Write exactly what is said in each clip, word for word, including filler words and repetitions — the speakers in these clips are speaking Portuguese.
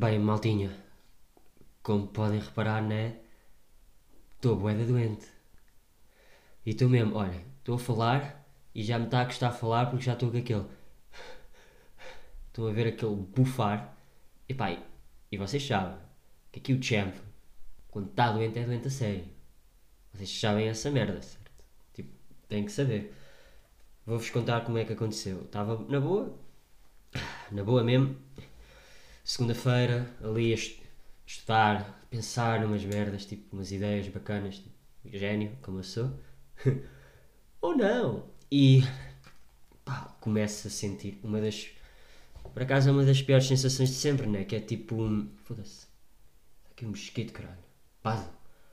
Bem, maltinha, como podem reparar, né? Estou bué da doente. E estou mesmo, olha, estou a falar e já me está a custar falar porque já estou com aquele. Estou a ver aquele bufar. E pá, e vocês sabem que aqui o champ, quando está doente, é doente a sério. Vocês sabem essa merda, certo? Tipo, têm que saber. Vou-vos contar como é que aconteceu. Estava na boa, na boa mesmo. Segunda-feira, ali a estudar, pensar numas merdas, tipo, umas ideias bacanas, tipo, gênio, como eu sou. Ou não. E pá, começo a sentir uma das. Por acaso é uma das piores sensações de sempre, né? Que é tipo um. Foda-se. Está aqui um mosquito, caralho. Pá.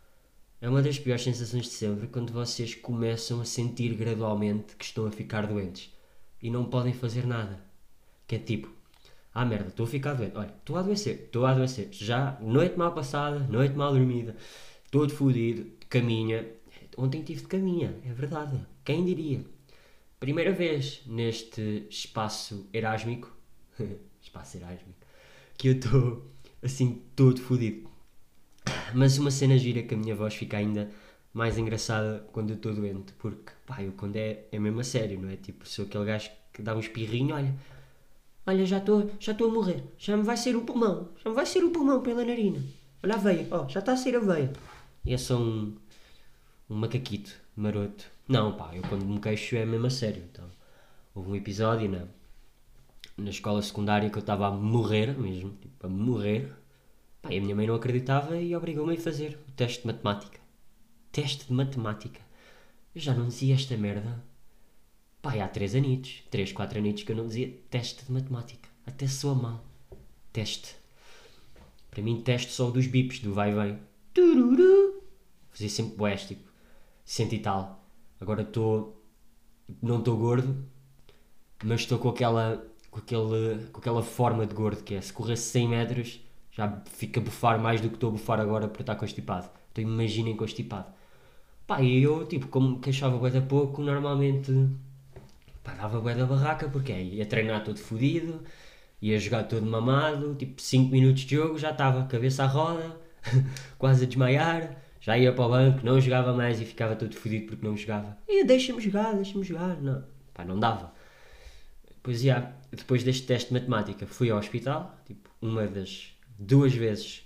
É uma das piores sensações de sempre quando vocês começam a sentir gradualmente que estão a ficar doentes e não podem fazer nada. Que é tipo, ah merda, estou a ficar doente. Olha, estou a adoecer, estou a adoecer. Já, noite mal passada, noite mal dormida, todo fodido, caminha. Ontem tive de caminha, é verdade. Quem diria? Primeira vez neste espaço erásmico, espaço erásmico, que eu estou assim todo fodido. Mas uma cena gira que a minha voz fica ainda mais engraçada quando eu estou doente, porque pá, eu quando é, é mesmo a sério, não é? Tipo, sou aquele gajo que dá um espirrinho, olha, olha, já estou já estou a morrer, já me vai ser o pulmão, já me vai ser o pulmão pela narina. Olha a veia, ó, oh, já está a sair a veia. E é só um, um macaquito maroto. Não, pá, eu quando me queixo é mesmo a sério. Então, houve um episódio na, na escola secundária que eu estava a morrer mesmo, tipo, a morrer. Pá, e a minha mãe não acreditava e obrigou-me a fazer o teste de matemática. Teste de matemática. Eu já não dizia esta merda. Pá, há três anitos, três, quatro anitos que eu não dizia teste de matemática. Até soa mal. Teste. Para mim, teste só o dos bips, do vai e vem. Tururu. Fazia sempre boés, tipo, cento e tal. Agora estou. Não estou gordo, mas estou com aquela. Com, aquele, com aquela forma de gordo que é. Se corresse cem metros, já fica a bufar mais do que estou a bufar agora por estar constipado. Então imaginem constipado. Pá, e eu, tipo, como queixava bué da pouco, normalmente. Pá, dava bué da barraca, porque é, ia treinar todo fodido, ia jogar todo mamado, tipo cinco minutos de jogo, já estava cabeça à roda, quase a desmaiar, já ia para o banco, não jogava mais e ficava todo fodido porque não jogava. E deixa-me jogar, deixa-me jogar. Não, pá, não dava. Depois, já, depois deste teste de matemática, fui ao hospital, tipo, uma das duas vezes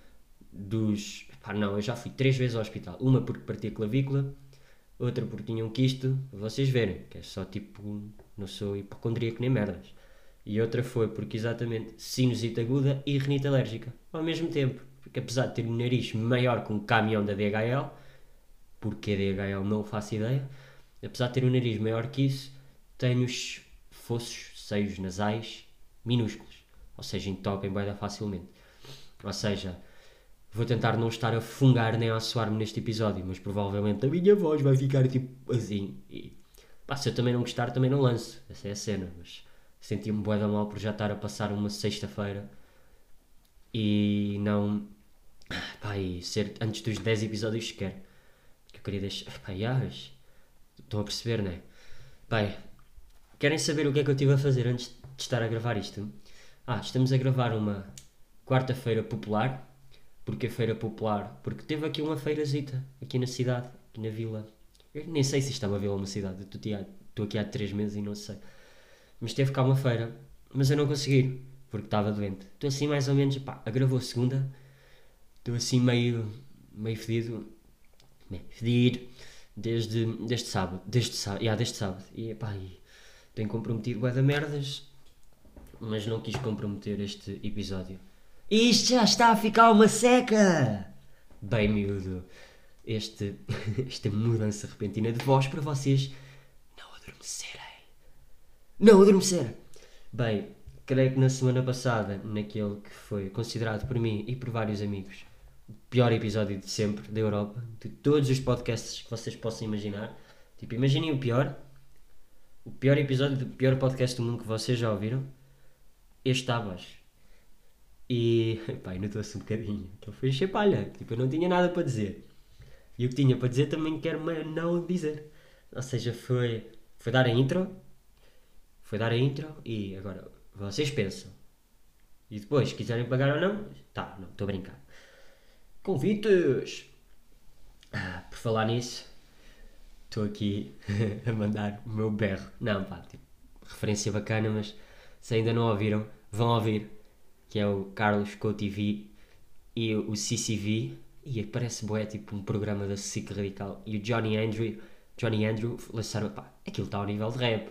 dos. Pá, não, eu já fui três vezes ao hospital. Uma porque parti a clavícula, outra porque tinha um quisto, para vocês verem, que é só tipo, não sou hipocondríaco nem merdas. E outra foi porque exatamente sinusite aguda e rinite alérgica, ao mesmo tempo. Porque apesar de ter um nariz maior que um caminhão da D H L, porque a D H L não faço ideia, apesar de ter um nariz maior que isso, tenho os fossos, seios nasais minúsculos, ou seja, entopem bem facilmente. Ou seja, vou tentar não estar a fungar nem a assoar-me neste episódio, mas provavelmente a minha voz vai ficar tipo assim. E pá, se eu também não gostar, também não lanço. Essa é a cena. Mas senti-me bué da mal por já estar a passar uma sexta-feira e não. Pá, e ser antes dos dez episódios sequer. Que eu queria deixar. Pá, já, estão a perceber, não é? Bem, querem saber o que é que eu estive a fazer antes de estar a gravar isto? Ah, estamos a gravar uma quarta-feira popular. Porque a feira popular? Porque teve aqui uma feirazita, aqui na cidade, aqui na vila. Eu nem sei se isto é uma vila ou uma cidade, estou aqui há três meses e não sei. Mas teve cá uma feira, mas eu não consegui, porque estava doente. Estou assim mais ou menos, pá, agravou a segunda, estou assim meio, meio fedido, meio fedido, desde, desde sábado, desde sábado, yeah, desde sábado. E pá, e tenho comprometido bué da merdas, mas não quis comprometer este episódio. Isto já está a ficar uma seca! Bem, miúdo, este, esta mudança repentina de voz para vocês não adormecerem. Não adormecer! Bem, creio que na semana passada, naquele que foi considerado por mim e por vários amigos o pior episódio de sempre da Europa, de todos os podcasts que vocês possam imaginar. Tipo, imaginem o pior, o pior episódio do pior podcast do mundo que vocês já ouviram. Este está abaixo. E, pá, notou-se um bocadinho. Que ele foi encher palha. Tipo, eu não tinha nada para dizer. E o que tinha para dizer também quero não dizer. Ou seja, foi, foi dar a intro. Foi dar a intro e agora, vocês pensam. E depois, se quiserem pagar ou não, tá, não, estou a brincar. Convites! Ah, por falar nisso, estou aqui a mandar o meu berro. Não, pá, tipo, referência bacana, mas se ainda não ouviram, vão ouvir. Que é o Carlos Couto T V e o C C V. E parece bué, tipo um programa da S I C Radical. E o Johnny Andrew, Johnny Andrew lançaram, pá, aquilo está ao nível de rap.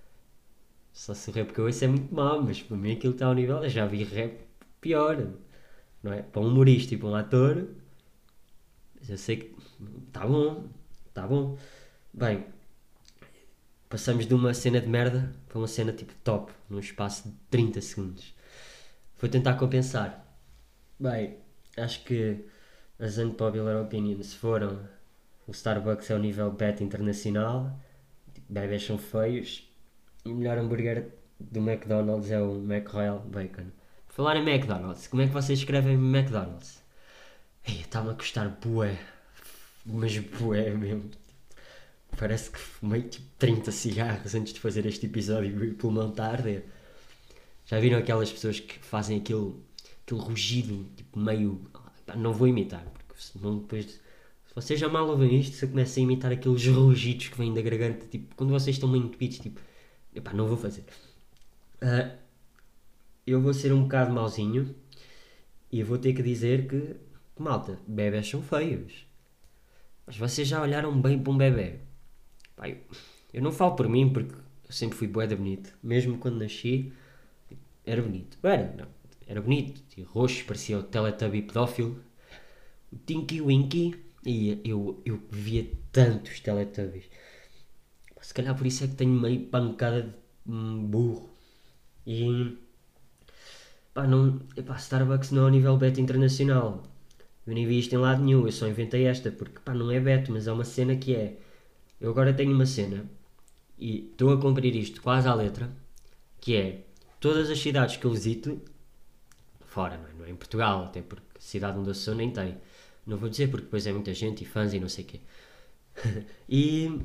Só se o rap que eu ouço é muito mau, mas para mim aquilo está ao nível, eu já vi rap pior. Não é? Para um humorista e para um ator, mas eu sei que está bom, está bom. Bem, passamos de uma cena de merda para uma cena tipo top, num espaço de trinta segundos. Vou tentar compensar. Bem, acho que as unpopular opinions foram: o Starbucks é o nível beta internacional, tipo, bebés são feios, e o melhor hambúrguer do McDonald's é o McRoyal Bacon. Por falar em McDonald's, como é que vocês escrevem McDonald's? Está-me a custar bué, mas bué mesmo. Parece que fumei tipo trinta cigarros antes de fazer este episódio e o pulmão está a arder. Já viram aquelas pessoas que fazem aquele, aquele rugido, tipo meio... Não vou imitar, porque senão depois... Se vocês já mal ouvem isto, se eu começo a imitar aqueles rugidos que vêm da garganta, tipo, quando vocês estão meio entupidos, tipo... Epá, não vou fazer. Uh, eu vou ser um bocado mauzinho e vou ter que dizer que, malta, bebés são feios. Mas vocês já olharam bem para um bebê? Pá, eu, eu não falo por mim, porque eu sempre fui bué da bonito. Mesmo quando nasci, era bonito. Era, não. Era bonito. Tinha roxo, parecia o Teletubby pedófilo. O Tinky Winky. E eu, eu via tantos Teletubbies. Se calhar por isso é que tenho meio pancada de um burro. E... Pá, não... Epá, Starbucks não é ao nível beta internacional. Eu nem vi isto em lado nenhum. Eu só inventei esta, porque pá, não é beta, mas é uma cena que é... Eu agora tenho uma cena, e estou a cumprir isto quase à letra, que é... Todas as cidades que eu visito, fora, não é, não é em Portugal, até porque a cidade onde eu sou nem tem. Não vou dizer porque depois é muita gente e fãs e não sei o quê. E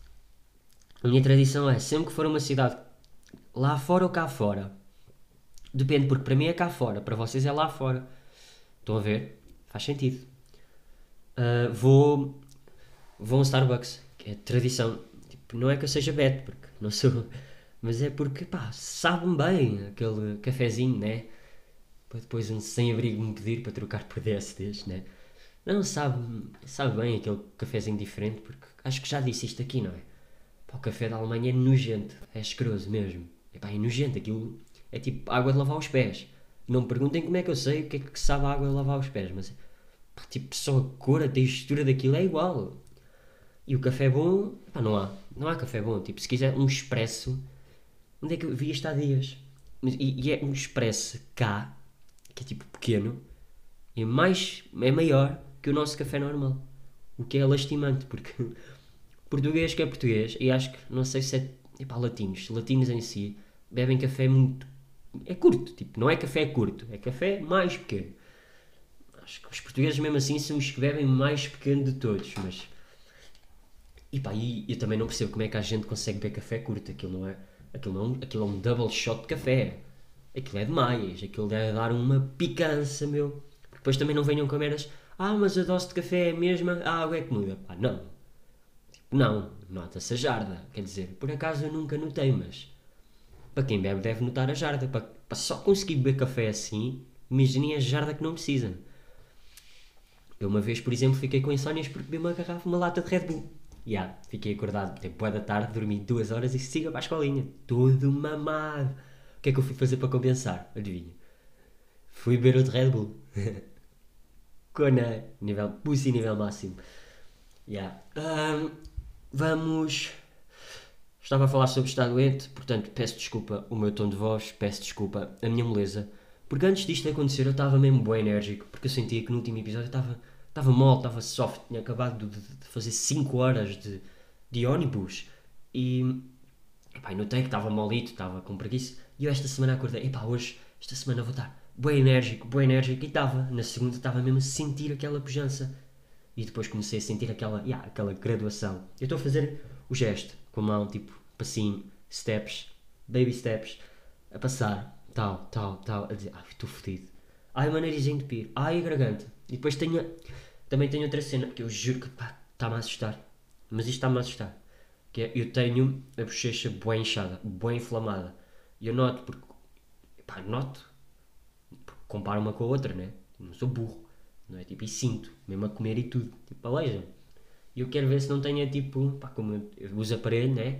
a minha tradição é, sempre que for uma cidade lá fora ou cá fora, depende, porque para mim é cá fora, para vocês é lá fora. Estão a ver? Faz sentido. Uh, vou, vou a um Starbucks, que é tradição. Tipo, não é que eu seja beto, porque não sou... Mas é porque, pá, sabe-me bem aquele cafezinho, né? Para depois um sem-abrigo me pedir para trocar por D S Ds, né? Não, sabe, sabe bem aquele cafezinho diferente, porque acho que já disse isto aqui, não é? Pá, o café da Alemanha é nojento, é asqueroso mesmo. É pá, é nojento, aquilo é tipo água de lavar os pés. Não me perguntem como é que eu sei o que é que sabe a água de lavar os pés, mas pá, tipo, só a cor, a textura daquilo é igual. E o café bom, pá, não há. Não há café bom. Tipo, se quiser um expresso, onde é que eu vi isto há dias? E, e é um expresso cá, que é tipo pequeno, é, mais, é maior que o nosso café normal. O que é lastimante, porque português que é português, e acho que, não sei se é, é para latinos, latinos em si, bebem café muito, é curto, tipo, não é café curto, é café mais pequeno. Acho que os portugueses mesmo assim são os que bebem mais pequeno de todos, mas... E pá, e eu também não percebo como é que a gente consegue beber café curto, aquilo não é... Aquilo, não, aquilo é um double shot de café. Aquilo é demais. Aquilo deve dar uma picança, meu. Porque depois também não venham com meras. Ah, mas a dose de café é a mesma, a água é que muda. Pá, não. Tipo, não. Nota-se a jarda. Quer dizer, por acaso eu nunca notei, mas... Para quem bebe deve notar a jarda. Para, para só conseguir beber café assim, imaginem a jarda que não precisa. Eu uma vez, por exemplo, fiquei com insónias porque bebi uma garrafa, uma lata de Red Bull. Yeah, fiquei acordado, tipo, boa da tarde, dormi duas horas e siga para a escolinha. Todo mamado. O que é que eu fui fazer para compensar? Adivinha? Fui beber outro Red Bull. Cona, nível, pussy nível máximo. Yeah. Um, vamos... Estava a falar sobre estar doente, portanto, peço desculpa o meu tom de voz, peço desculpa a minha moleza. Porque antes disto acontecer eu estava mesmo bem enérgico, porque eu sentia que no último episódio eu estava... Estava mole, estava soft, tinha acabado de, de fazer cinco horas de, de ônibus e epá, notei que estava molito, estava com preguiça e eu esta semana acordei, epá, hoje, esta semana vou estar bem enérgico, bem enérgico e estava, na segunda estava mesmo a sentir aquela pujança e depois comecei a sentir aquela, yeah, aquela graduação. Eu estou a fazer o gesto com a mão, tipo, passinho, steps, baby steps, a passar, tal, tal, tal, a dizer, ai, estou fodido. Ai, o meu nariz entupir. Ai, a garganta. E depois tenho, também tenho outra cena, que eu juro que, pá, está-me a assustar. Mas isto está-me a assustar. Que é, eu tenho a bochecha bué inchada, bué inflamada. E eu noto, porque, pá, noto, porque comparo uma com a outra, né? Não sou burro, não é? Tipo, e sinto, mesmo a comer e tudo, tipo, aleija. E eu quero ver se não tenha, tipo, pá, como eu, eu uso aparelho, né?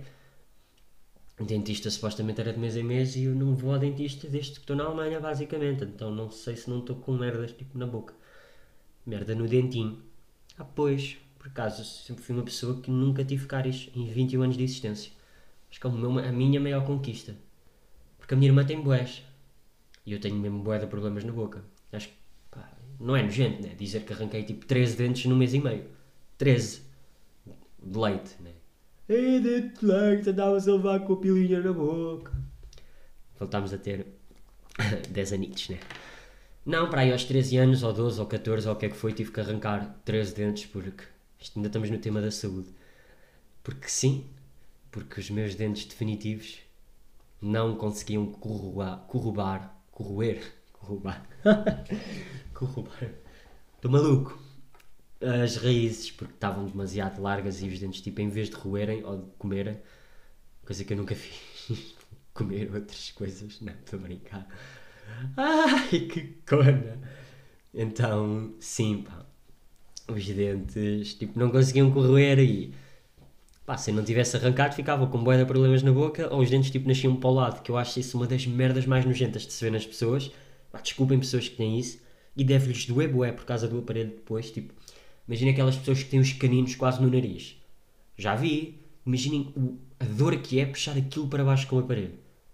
O dentista supostamente era de mês em mês e eu não vou ao dentista desde que estou na Alemanha, basicamente. Então não sei se não estou com merdas, tipo, na boca. Merda no dentinho. Ah, pois, por acaso, sempre fui uma pessoa que nunca tive cáries em vinte e um anos de existência. Acho que é o meu- a minha maior conquista. Porque a minha irmã tem bués. E eu tenho mesmo bué de problemas na boca. Acho que, pá, não é nojento, né? Dizer que arranquei tipo treze dentes num mês e meio. Treze de leite, né? Ei, dente de leite, andava-se a levar com a pilinha na boca. Voltámos a ter dez anitos, né? Não, para aí aos treze anos, ou doze, ou catorze, ou o que é que foi, tive que arrancar treze dentes porque isto ainda estamos no tema da saúde. Porque sim, porque os meus dentes definitivos não conseguiam corroar, corrobar, corroer, corrobar, corrobar. Estou maluco. As raízes, porque estavam demasiado largas e os dentes, tipo, em vez de roerem ou de comerem, coisa que eu nunca fiz, comer outras coisas, não, estou a brincar. Ai, que cona! Então, sim, pá, os dentes, tipo, não conseguiam corroer e, pá, se eu não tivesse arrancado ficava com bué de problemas na boca ou os dentes, tipo, nasciam para o lado, que eu acho isso uma das merdas mais nojentas de se ver nas pessoas. Pá, desculpem pessoas que têm isso e deve-lhes doer bué por causa do aparelho depois, tipo, imagina aquelas pessoas que têm os caninos quase no nariz. Já vi, imaginem o, a dor que é puxar aquilo para baixo com o aparelho.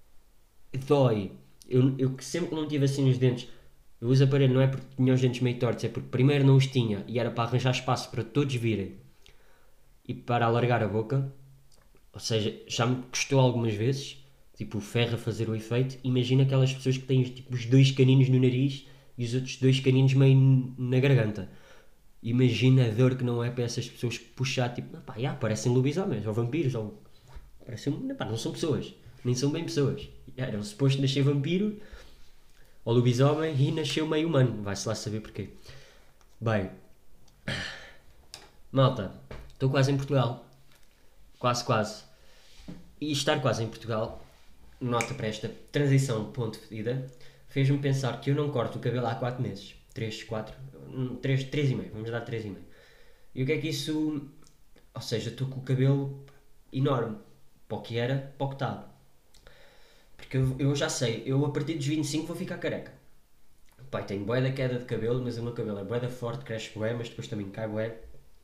Dói. Eu, eu que sempre que não tive assim os dentes, eu uso aparelho não é porque tinha os dentes meio tortos, é porque primeiro não os tinha e era para arranjar espaço para todos virem e para alargar a boca. Ou seja, já me custou algumas vezes, tipo o ferro a fazer o efeito. Imagina aquelas pessoas que têm tipo, os dois caninos no nariz e os outros dois caninos meio na garganta. Imagina a dor que não é para essas pessoas puxar, tipo, pá, já, parecem lobisomens ou vampiros, ou parecem, pá, não são pessoas, nem são bem pessoas. Eram suposto nascer vampiro ou lobisomem e nasceu meio humano, vai-se lá saber porquê. Bem, malta, estou quase em Portugal, quase, quase. E estar quase em Portugal, nota para esta transição de ponto de ida, fez-me pensar que eu não corto o cabelo há quatro meses. três, quatro, três, três e meio, vamos dar três e meio. E o que é que isso... Ou seja, estou com o cabelo enorme, para o que era, para o que está. Porque eu, eu já sei, eu a partir dos vinte e cinco vou ficar careca. Pai, tenho bué da queda de cabelo, mas o meu cabelo é bué da forte, cresce bué, mas depois também cai bué.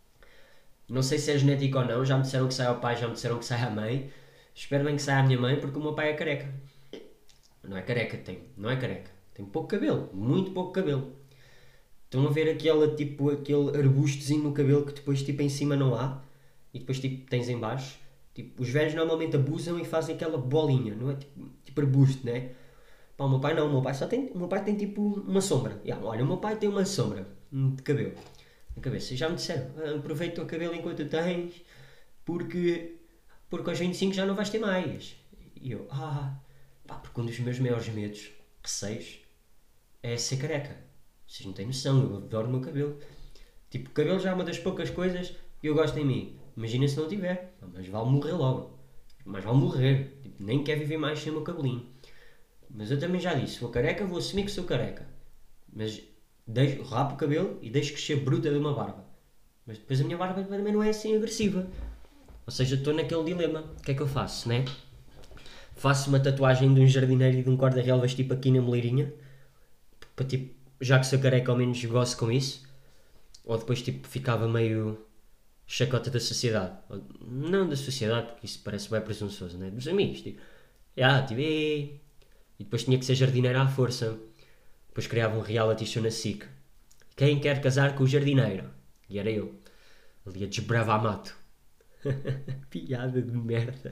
Não sei se é genético ou não, já me disseram que sai ao pai, já me disseram que sai à mãe. Espero bem que saia à minha mãe, porque o meu pai é careca. Não é careca, tem, não é careca. Tem pouco cabelo, muito pouco cabelo. Estão a ver aquele, tipo, aquele arbustozinho no cabelo que depois tipo em cima não há e depois tipo tens em baixo. Tipo, os velhos normalmente abusam e fazem aquela bolinha, não é? Tipo, tipo arbusto, né? Pá, o meu pai não, o meu pai só tem, o meu pai tem tipo uma sombra. Yeah, olha, o meu pai tem uma sombra de cabelo na cabeça. Já me disseram, ah, aproveita o cabelo enquanto tens, porque, porque aos vinte e cinco já não vais ter mais. E eu, ah, pá, porque um dos meus maiores medos, receios, é ser careca. Vocês não têm noção, eu adoro o meu cabelo. Tipo, o cabelo já é uma das poucas coisas que eu gosto em mim. Imagina se não tiver, mas vale morrer logo. Mas vale morrer, tipo, nem quero viver mais sem o meu cabelinho. Mas eu também já disse, sou careca, vou assumir que sou careca. Mas deixo, rapo o cabelo e deixo crescer bruta de uma barba. Mas depois a minha barba também não é assim agressiva. Ou seja, estou naquele dilema. O que é que eu faço, né? Faço uma tatuagem de um jardineiro e de um guarda-relvas tipo aqui na moleirinha. Para tipo, já que sou careca ao menos gosto com isso. Ou depois tipo ficava meio chacota da sociedade. Ou, não da sociedade, porque isso parece bem presunçoso, né? Dos amigos, tipo. Ah, tipo, e depois tinha que ser jardineiro à força. Depois criava um reality show na S I C. Quem quer casar com o jardineiro? E era eu. Ali a desbravar mato. Piada de merda.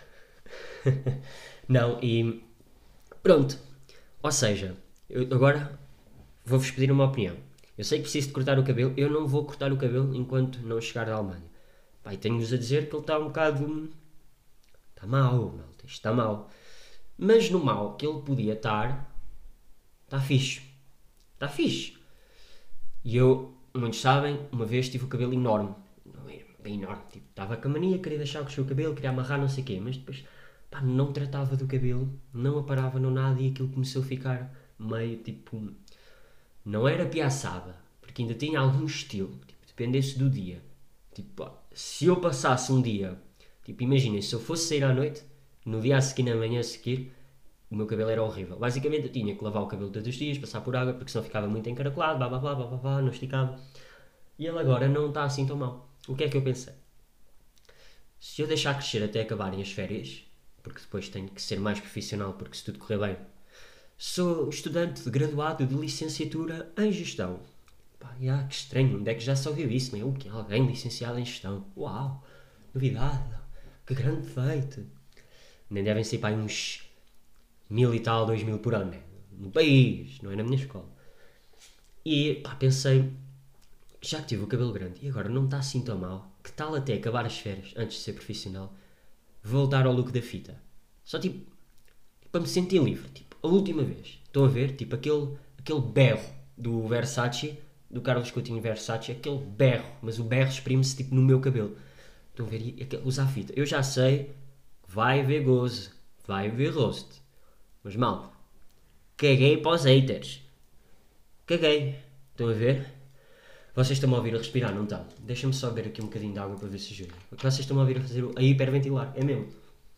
Não, e pronto. Ou seja, eu agora vou-vos pedir uma opinião. Eu sei que preciso de cortar o cabelo, eu não vou cortar o cabelo enquanto não chegar da Alemanha. Pai, tenho-vos a dizer que ele está um bocado... Está mau, malta, isto está mau. Mas no mal que ele podia estar, está fixe. Está fixe. E eu, muitos sabem, uma vez tive o cabelo enorme. Não era bem enorme. Tipo, estava com a mania, queria deixar crescer o cabelo, queria amarrar, não sei o quê. Mas depois, pá, não tratava do cabelo, não aparava, não nada. E aquilo começou a ficar meio, tipo... Não era piaçaba, porque ainda tinha algum estilo. Tipo, dependesse do dia. Tipo, pá, se eu passasse um dia... Tipo, imaginem, se eu fosse sair à noite, no dia a seguir, na manhã a seguir, o meu cabelo era horrível. Basicamente eu tinha que lavar o cabelo todos os dias, passar por água, porque senão ficava muito encaracolado, blá blá blá blá blá, blá não esticava. E ele agora não está assim tão mal. O que é que eu pensei? Se eu deixar crescer até acabarem as férias, porque depois tenho que ser mais profissional, porque se tudo correr bem, sou estudante de graduado de licenciatura em gestão. Pá, já, que estranho, onde é que já se ouviu isso, não é? O que? Alguém licenciado em gestão? Uau, novidade, que grande feito. Nem devem ser para uns mil e tal, dois mil por ano, né? No país, não é na minha escola. E pá, pensei, já que tive o cabelo grande e agora não está assim tão mal, que tal até acabar as férias, antes de ser profissional, voltar ao look da fita? Só tipo, para me sentir livre, tipo, a última vez. Estão a ver? Tipo, aquele, aquele berro do Versace, do Carlos Coutinho Versace, aquele berro, mas o berro exprime-se tipo no meu cabelo. Estão a ver? E aquele, usar fita. Eu já sei que vai haver gozo, vai haver rosto. Mas mal, caguei para os haters. Caguei. Estão a ver? Vocês estão a ouvir a respirar, não estão? Deixa-me só beber aqui um bocadinho de água para ver se ajuda. Porque vocês estão a ouvir a fazer o- a hiperventilar. É mesmo.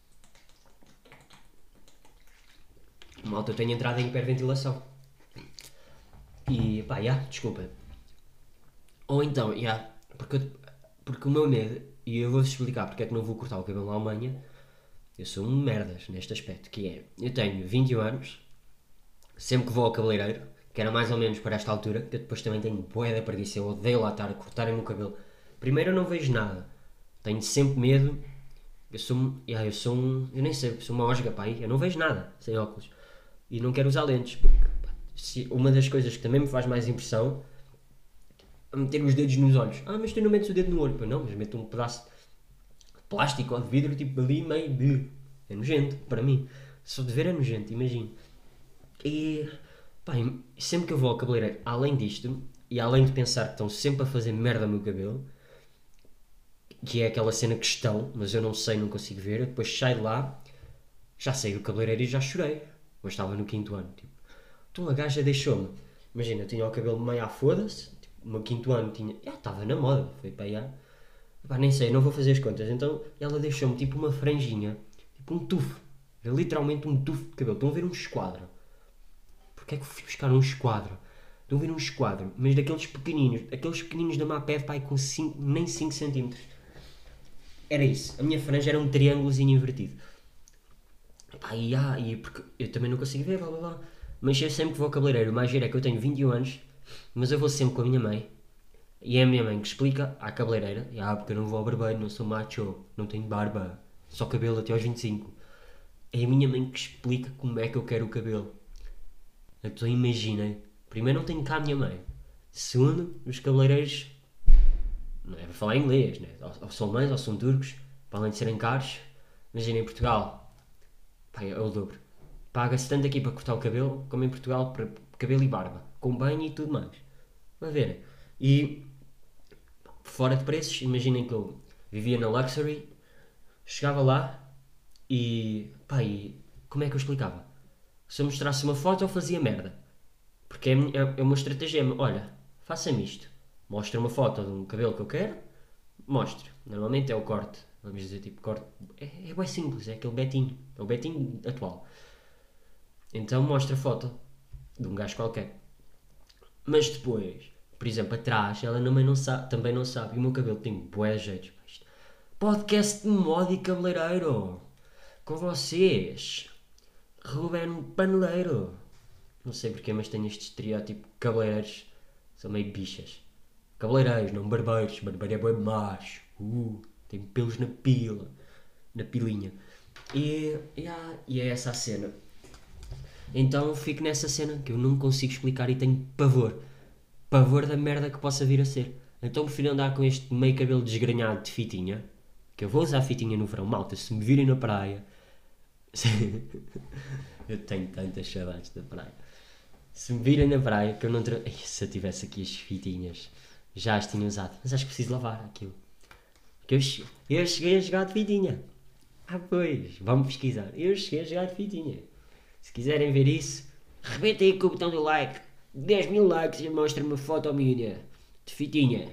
Malta, eu tenho entrado em hiperventilação. E pá, já, desculpa. Ou então, já, porque, eu- porque o meu medo, e eu vou-vos explicar porque é que não vou cortar o cabelo na Alemanha, eu sou um merdas neste aspecto, que é, eu tenho vinte e um anos, sempre que vou ao cabeleireiro, que era mais ou menos para esta altura, que eu depois também tenho bué da preguiça, eu odeio lá estar a cortarem o cabelo. Primeiro eu não vejo nada, tenho sempre medo, eu sou, um- yeah, eu sou um, eu nem sei, eu sou uma osga, pá, eu não vejo nada sem óculos. E não quero usar lentes, porque pá, se- uma das coisas que também me faz mais impressão é meter os dedos nos olhos. Ah, mas tu não metes o dedo no olho. Pá, não, mas meto um pedaço de plástico ou de vidro, tipo ali meio de... É nojento, para mim. Só de ver é nojento, imagino. E, pá, sempre que eu vou ao cabeleireiro, além disto, e além de pensar que estão sempre a fazer merda no meu cabelo, que é aquela cena que estão, mas eu não sei, não consigo ver, eu depois saio de lá, já saí do cabeleireiro e já chorei. Mas estava no quinto ano, tipo. Então a gaja deixou-me. Imagina, eu tinha o cabelo meio à foda-se, tipo, no meu quinto ano tinha. Já estava na moda, foi para aí. Pá, nem sei, não vou fazer as contas. Então ela deixou-me tipo uma franjinha, tipo um tufo. Era literalmente um tufo de cabelo. Estão a ver um esquadro. Porquê é que eu fui buscar um esquadro? Estão a ver um esquadro, mas daqueles pequeninos, aqueles pequeninos da Maped, pai, com cinco, nem cinco centímetros. Era isso. A minha franja era um triângulozinho invertido. Pá, e, ah, e porque eu também não consigo ver, blá blá blá. Mas eu sempre que vou ao cabeleireiro, o mais giro é que eu tenho vinte e um anos, mas eu vou sempre com a minha mãe. E é a minha mãe que explica à cabeleireira, ah, porque eu não vou ao barbeiro, não sou macho, não tenho barba, só cabelo até aos vinte e cinco. É a minha mãe que explica como é que eu quero o cabelo. Então imaginem, primeiro não tenho cá a minha mãe. Segundo, os cabeleireiros, não é para falar inglês, né? ou, ou são mães ou são turcos, para além de serem caros. Imaginem em Portugal, pá, é o dobro. Paga-se tanto aqui para cortar o cabelo, como em Portugal para cabelo e barba, com banho e tudo mais. A ver. E fora de preços, imaginem que eu vivia na Luxury, chegava lá e, pá, e como é que eu explicava? Se eu mostrasse uma foto eu fazia merda. Porque é, é, é uma estratagema. Olha, faça-me isto. Mostra uma foto de um cabelo que eu quero, mostre. Normalmente é o corte. Vamos dizer tipo corte. É, é bem simples, é aquele betinho. É o betinho atual. Então mostra a foto de um gajo qualquer. Mas depois, por exemplo, atrás, ela também não sabe. Também não sabe. E o meu cabelo tem bué jeitos. Podcast de moda e cabeleireiro. Com vocês. Ruben Paneleiro. Não sei porquê, mas tenho este estereótipo. Cabeleireiros são meio bichas. Cabeleireiros, não barbeiros. Barbeiro é bem macho. Uh, tem pelos na pila. Na pilinha. E, yeah, e é essa a cena. Então fico nessa cena que eu não consigo explicar e tenho pavor. Pavor da merda que possa vir a ser. Então prefiro andar com este meio cabelo desgrenhado de fitinha. Que eu vou usar fitinha no verão. Malta, se me virem na praia, Eu tenho tantas saudades da praia. Se me virem na praia, que eu não... Tra... Ai, se eu tivesse aqui as fitinhas, já as tinha usado. Mas acho que preciso lavar aquilo. Porque eu, che... eu cheguei a jogar de fitinha. Ah, pois, vamos pesquisar. Eu cheguei a jogar de fitinha. Se quiserem ver isso, rebentem aí com o botão do like. dez mil likes e mostra uma foto minha de fitinha.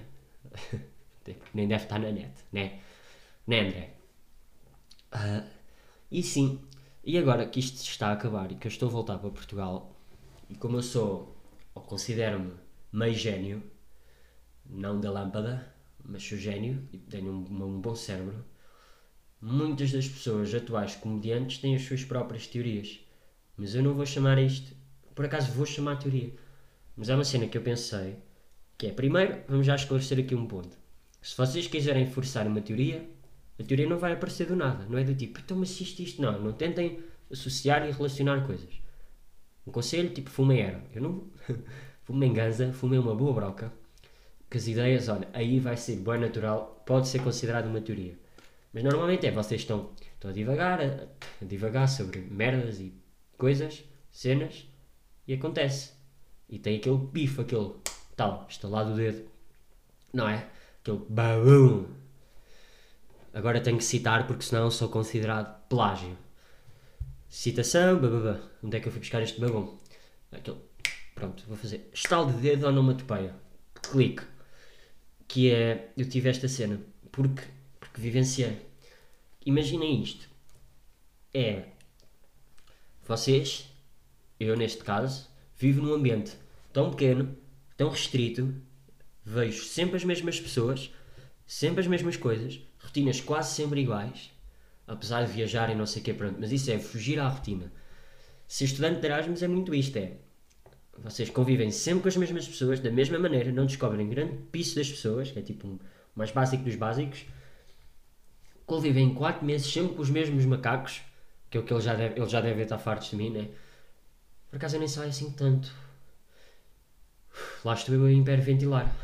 Nem deve estar na net, né? Né, André? Ah, e sim, e agora que isto está a acabar e que eu estou a voltar para Portugal, e como eu sou, ou considero-me meio gênio, não da lâmpada, mas sou gênio e tenho um, um bom cérebro, muitas das pessoas atuais comediantes têm as suas próprias teorias. Mas eu não vou chamar isto, por acaso vou chamar teoria. Mas há uma cena que eu pensei, que é, primeiro, vamos já esclarecer aqui um ponto. Se vocês quiserem forçar uma teoria, a teoria não vai aparecer do nada. Não é do tipo, então mas isto, isto, não. Não tentem associar e relacionar coisas. Um conselho, tipo, fumem era. Eu não... fumem ganza, fumem uma boa broca, que as ideias, olha, aí vai ser bem natural, pode ser considerado uma teoria. Mas normalmente é, vocês estão, estão a divagar, a, a divagar sobre merdas e coisas, cenas, e acontece. E tem aquele bife, aquele tal, estalado o dedo, não é? Aquele babum. Agora tenho que citar porque senão sou considerado plágio. Citação, bababá. Onde é que eu fui buscar este babum? Aquele, pronto, vou fazer estalo de dedo onomatopeia. Clique. Que é, eu tive esta cena, porque, porque vivenciei. Imaginem isto. É, vocês, eu neste caso, vivo num ambiente tão pequeno, tão restrito, vejo sempre as mesmas pessoas, sempre as mesmas coisas, rotinas quase sempre iguais, apesar de viajar e não sei o que, pronto, mas isso é fugir à rotina. Ser estudante de Erasmus é muito isto, é, vocês convivem sempre com as mesmas pessoas, da mesma maneira, não descobrem grande piso das pessoas, que é tipo um mais básico dos básicos, convivem quatro meses sempre com os mesmos macacos, que é o que ele já deve, ele já deve estar fartos de mim, né? Por acaso eu nem saio assim tanto. Lá estou eu a hiperventilar.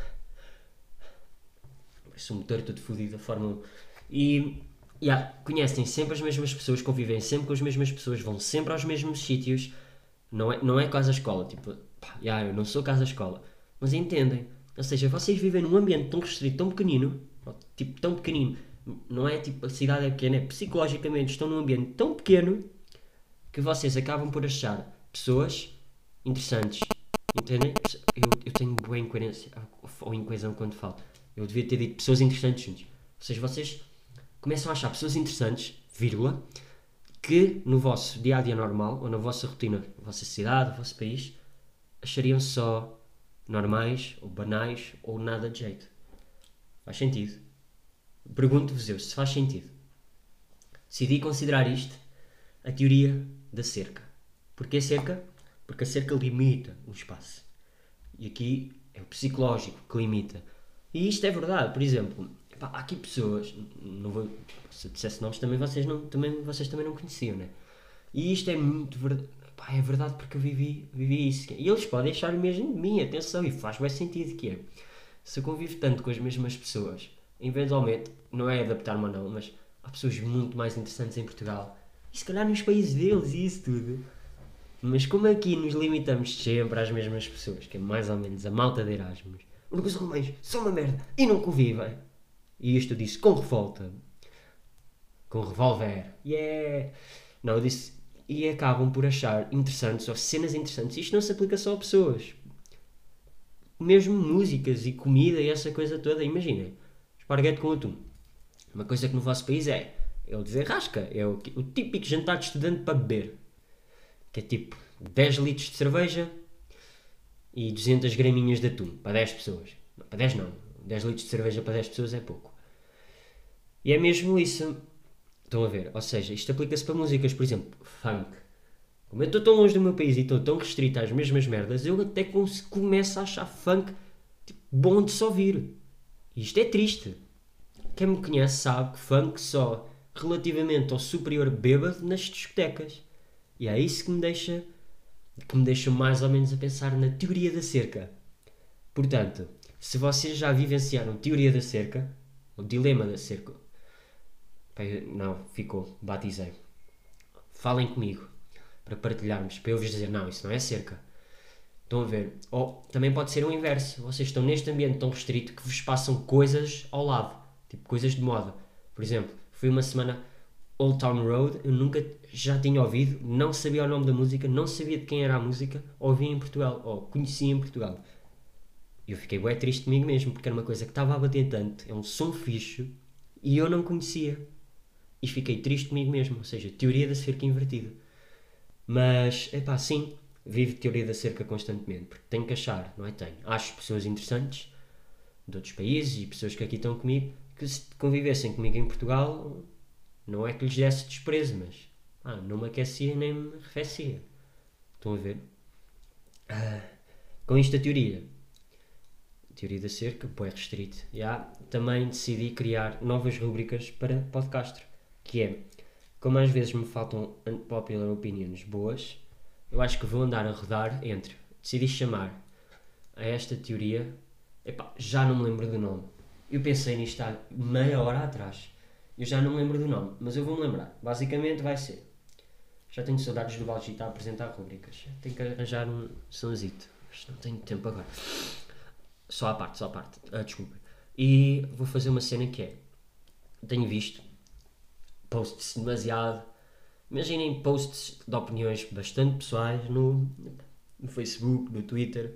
Sou um motor todo fodido da Fórmula um. E yeah, conhecem sempre as mesmas pessoas, convivem sempre com as mesmas pessoas, vão sempre aos mesmos sítios. Não é, não é casa-escola, tipo, pá, yeah, eu não sou casa-escola. Mas entendem. Ou seja, vocês vivem num ambiente tão restrito, tão pequenino, tipo, tão pequenino. Não é tipo, a cidade é pequena, é psicologicamente estão num ambiente tão pequeno que vocês acabam por achar pessoas interessantes. Entendem? Eu, eu tenho boa incoerência ou incoesão quando falo. Eu devia ter dito pessoas interessantes juntos. Ou seja, vocês começam a achar pessoas interessantes, vírgula, que no vosso dia-a-dia normal, ou na vossa rotina, na vossa cidade, no vosso país, achariam só normais, ou banais, ou nada de jeito. Faz sentido? Pergunto-vos eu se faz sentido. Decidi considerar isto a teoria da cerca. Porquê cerca? Porque a cerca limita o espaço. E aqui é o psicológico que limita. E isto é verdade. Por exemplo, pá, há aqui pessoas, não vou, se eu dissesse nomes também vocês, não, também vocês também não conheciam, né? E isto é muito verdade. Pá, é verdade porque eu vivi, vivi isso. E eles podem achar o mesmo de mim, atenção, e faz bem sentido que é. Se eu convivo tanto com as mesmas pessoas, eventualmente, não é adaptar-me ou não, mas há pessoas muito mais interessantes em Portugal. E se calhar nos países deles e isso tudo. Mas como aqui nos limitamos sempre às mesmas pessoas, que é mais ou menos a malta de Erasmus, os alemães são uma merda e não convivem. E isto eu disse com revolta. Com revólver. Yeah! Não, eu disse... E acabam por achar interessantes, ou cenas interessantes. Isto não se aplica só a pessoas. Mesmo músicas e comida e essa coisa toda. Imaginem. Esparguete com atum. Uma coisa que no vosso país é... É o desenrasca. É o, o típico jantar de estudante para beber. Que é tipo dez litros de cerveja e duzentas graminhas de atum para dez pessoas. Não, para dez não, dez litros de cerveja para dez pessoas é pouco. E é mesmo isso. Estão a ver? Ou seja, isto aplica-se para músicas, por exemplo, funk. Como eu estou tão longe do meu país e estou tão restrito às mesmas merdas, eu até começo a achar funk tipo, bom de se ouvir. E isto é triste. Quem me conhece sabe que funk só relativamente ao superior bêbado nas discotecas. E é isso que me deixa que me deixa mais ou menos a pensar na teoria da cerca. Portanto, se vocês já vivenciaram teoria da cerca, o dilema da cerca, não, ficou, batizei. falem comigo para partilharmos, para eu vos dizer, não, isso não é cerca. Estão a ver? Ou também pode ser o inverso. Vocês estão neste ambiente tão restrito que vos passam coisas ao lado. Tipo, coisas de moda. Por exemplo, fui uma semana Old Town Road, eu nunca já tinha ouvido, não sabia o nome da música, não sabia de quem era a música, ouvi em Portugal, ou conhecia em Portugal. E eu fiquei bué triste comigo mesmo, porque era uma coisa que estava a bater tanto, é um som fixe, e eu não conhecia. E fiquei triste comigo mesmo, ou seja, teoria da cerca invertida. Mas, é pá, sim, vivo teoria da cerca constantemente, porque tenho que achar, não é? Tenho. Acho pessoas interessantes, de outros países, e pessoas que aqui estão comigo, que se convivessem comigo em Portugal, não é que lhes desse desprezo, mas ah, não me aquecia nem me arrefecia. Estão a ver? Ah, com isto a teoria. A teoria da cerca, pô, é restrito. Já, também decidi criar novas rubricas para podcast, que é, como às vezes me faltam unpopular opinions boas, eu acho que vou andar a rodar entre, decidi chamar a esta teoria, epá, já não me lembro do nome. Eu pensei nisto há meia hora atrás. Eu já não me lembro do nome, mas eu vou-me lembrar. Basicamente vai ser. Já tenho saudades do Valgita a apresentar rubricas. Tenho que arranjar um sonzito. Mas não tenho tempo agora. Só à parte, só à parte. Ah, desculpa. E vou fazer uma cena que é. Tenho visto posts demasiado. Imaginem posts de opiniões bastante pessoais no, no Facebook, no Twitter.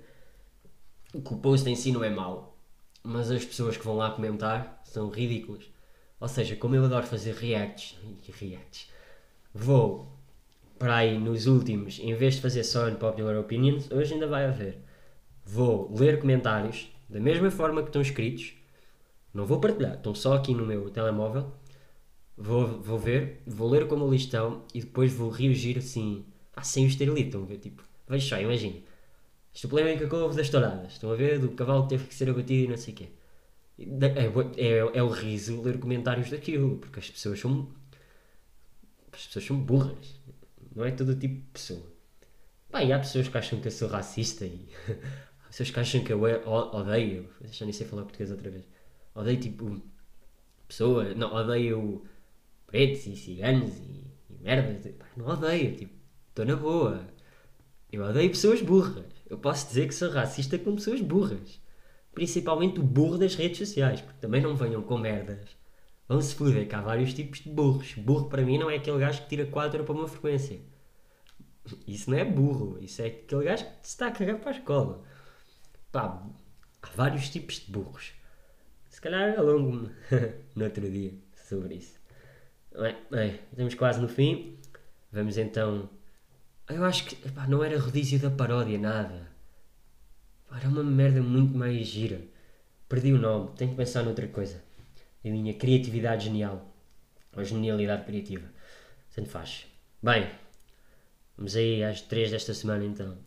Que o post em si não é mau. Mas as pessoas que vão lá comentar são ridículas. Ou seja, como eu adoro fazer reacts, reacts vou para aí nos últimos, em vez de fazer só unpopular opinions, hoje ainda vai haver. Vou ler comentários da mesma forma que estão escritos, não vou partilhar, estão só aqui no meu telemóvel, vou, vou ver, vou ler como eles estão e depois vou reagir assim, ah, sem os ter lido, estão a ver, tipo, veja só, imagina, isto é polémica com o ovo das touradas, estão a ver, do cavalo que teve que ser abatido e não sei o quê. É, é, é o riso ler comentários daquilo, porque as pessoas são. As pessoas são burras. Não é todo tipo de pessoa. Pá, e há pessoas que acham que eu sou racista e. Há pessoas que acham que eu odeio. Já nem sei falar português outra vez. Odeio tipo. Pessoas. Não, odeio pretos e ciganos e, e merdas. Pá, não odeio, tipo. Estou na boa. Eu odeio pessoas burras. Eu posso dizer que sou racista com pessoas burras. Principalmente o burro das redes sociais, porque também não venham com merdas. Vão-se foder, que há vários tipos de burros. Burro para mim não é aquele gajo que tira quatro para uma frequência. Isso não é burro, isso é aquele gajo que se está a cagar para a escola. Pá, há vários tipos de burros. Se calhar alongo-me no outro dia sobre isso. Bem, bem, estamos quase no fim. Vamos então... Eu acho que epá, não era rodízio da paródia, nada. Era uma merda muito mais gira. Perdi o nome, tenho que pensar noutra coisa. A minha criatividade genial. Ou genialidade criativa. Tanto faz. Bem, vamos aí às três desta semana então.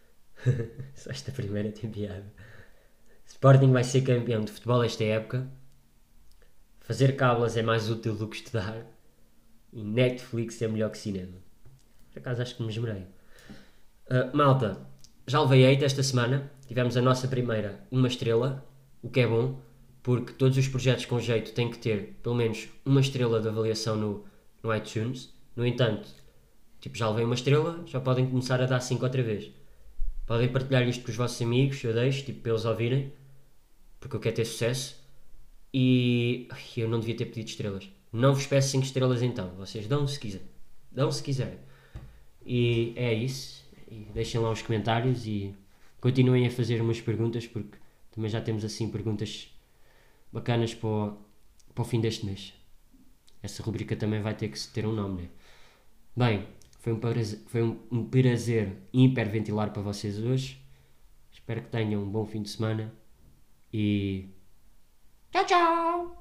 Só esta primeira tem piada. Sporting vai ser campeão de futebol esta época. Fazer cábulas é mais útil do que estudar. E Netflix é melhor que cinema. Por acaso acho que me esmerei. Uh, malta, já levei oito esta semana. Tivemos a nossa primeira uma estrela, o que é bom, porque todos os projetos com jeito têm que ter pelo menos uma estrela de avaliação no, no iTunes. No entanto, tipo, já levei uma estrela, já podem começar a dar cinco outra vez. Podem partilhar isto com os vossos amigos, eu deixo, tipo, para eles ouvirem, porque eu quero ter sucesso. E ai, eu não devia ter pedido estrelas. Não vos peço cinco estrelas então, vocês dão se quiserem. Dão se quiserem. E é isso. E deixem lá os comentários e continuem a fazer umas perguntas, porque também já temos assim perguntas bacanas para o, para o fim deste mês. Essa rubrica também vai ter que ter um nome, né? Bem, foi um prazer, foi um, um prazer hiperventilar para vocês hoje. Espero que tenham um bom fim de semana e tchau, tchau!